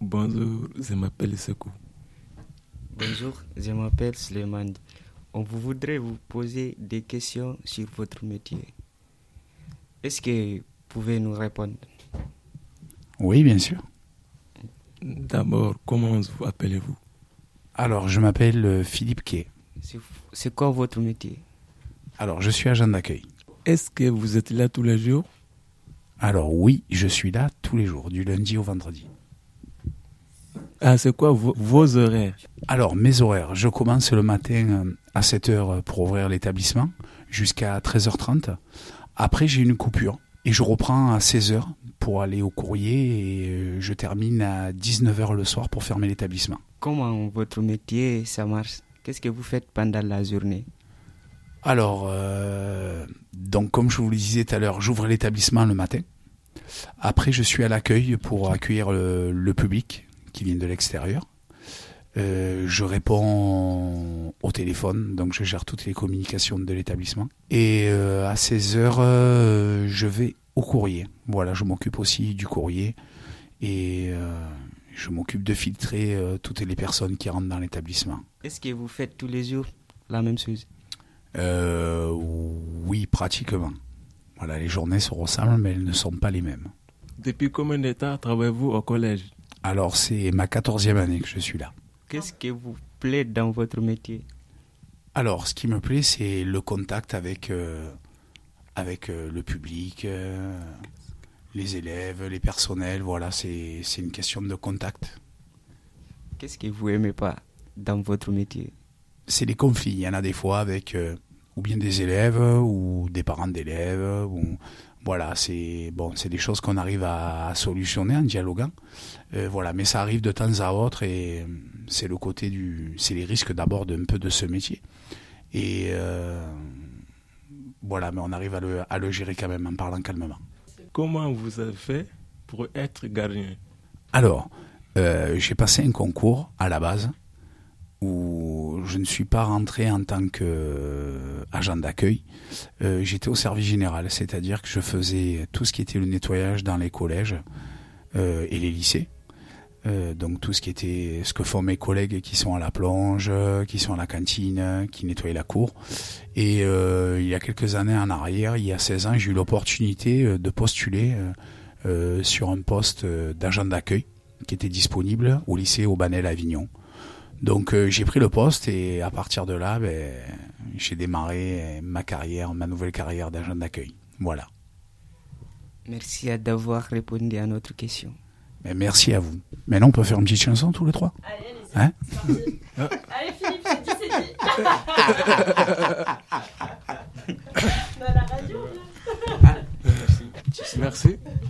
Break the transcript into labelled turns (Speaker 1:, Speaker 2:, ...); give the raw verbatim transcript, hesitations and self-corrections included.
Speaker 1: Bonjour, je m'appelle Sekou.
Speaker 2: Bonjour, je m'appelle Suleiman. On vous voudrait vous poser des questions sur votre métier. Est-ce que vous pouvez nous répondre?
Speaker 3: Oui, bien sûr.
Speaker 1: D'abord, comment vous appelez-vous?
Speaker 3: Alors, je m'appelle euh, Philippe Quay.
Speaker 2: C'est, c'est quoi votre métier?
Speaker 3: Alors, je suis agent d'accueil.
Speaker 1: Est-ce que vous êtes là tous les jours?
Speaker 3: Alors oui, je suis là tous les jours, du lundi au vendredi.
Speaker 1: Ah, c'est quoi vos, vos horaires?
Speaker 3: Alors, mes horaires, je commence le matin euh, à sept heures pour ouvrir l'établissement, jusqu'à treize heures trente. Après, j'ai une coupure et je reprends à seize heures pour aller au courrier et euh, je termine à dix-neuf heures le soir pour fermer l'établissement.
Speaker 2: Comment votre métier, ça marche? Qu'est-ce que vous faites pendant la journée?
Speaker 3: Alors, euh, donc comme je vous le disais tout à l'heure, j'ouvre l'établissement le matin. Après, je suis à l'accueil pour accueillir le, le public qui vient de l'extérieur. Euh, je réponds au téléphone, donc je gère toutes les communications de l'établissement. Et euh, à seize heures, euh, je vais au courrier. Voilà, je m'occupe aussi du courrier et euh, je m'occupe de filtrer euh, toutes les personnes qui rentrent dans l'établissement.
Speaker 2: Est-ce que vous faites tous les jours la même chose?
Speaker 3: Euh, oui, pratiquement. Voilà, les journées se ressemblent, mais elles ne sont pas les mêmes.
Speaker 1: Depuis combien de temps travaillez-vous au collège?
Speaker 3: Alors, c'est ma quatorzième année que je suis là.
Speaker 2: Qu'est-ce qui vous plaît dans votre métier?
Speaker 3: Alors, ce qui me plaît, c'est le contact avec, euh, avec euh, le public, euh, les élèves, les personnels. Voilà, c'est, c'est une question de contact.
Speaker 2: Qu'est-ce que vous n'aimez pas dans votre métier?
Speaker 3: C'est les conflits. Il y en a des fois avec euh, ou bien des élèves ou des parents d'élèves. Ou, voilà, c'est bon, c'est des choses qu'on arrive à, à solutionner en dialoguant. Euh, voilà, mais ça arrive de temps à autre et c'est le côté du, c'est les risques d'abord d'un peu de ce métier. Et euh, voilà, mais on arrive à le, à le gérer quand même en parlant calmement.
Speaker 1: Comment vous avez fait pour être gardien?
Speaker 3: Alors, euh, j'ai passé un concours à la base où je ne suis pas rentré en tant qu'agent d'accueil. Euh, j'étais au service général, c'est-à-dire que je faisais tout ce qui était le nettoyage dans les collèges euh, et les lycées. Euh, donc tout ce qui était ce que font mes collègues qui sont à la plonge, qui sont à la cantine, qui nettoient la cour. Et euh, il y a quelques années en arrière, il y a seize ans, j'ai eu l'opportunité de postuler euh, sur un poste d'agent d'accueil qui était disponible au lycée Aubanel à Avignon. Donc euh, j'ai pris le poste et à partir de là, ben, j'ai démarré ma carrière, ma nouvelle carrière d'agent d'accueil. Voilà.
Speaker 2: Merci d'avoir répondu à notre question.
Speaker 3: Ben, merci à vous. Maintenant, on peut faire une petite chanson tous les trois.
Speaker 4: Allez, allez,
Speaker 3: hein
Speaker 4: c'est parti. Allez Philippe, c'est dit, c'est dit. Dans la radio, là.
Speaker 1: Merci. Merci.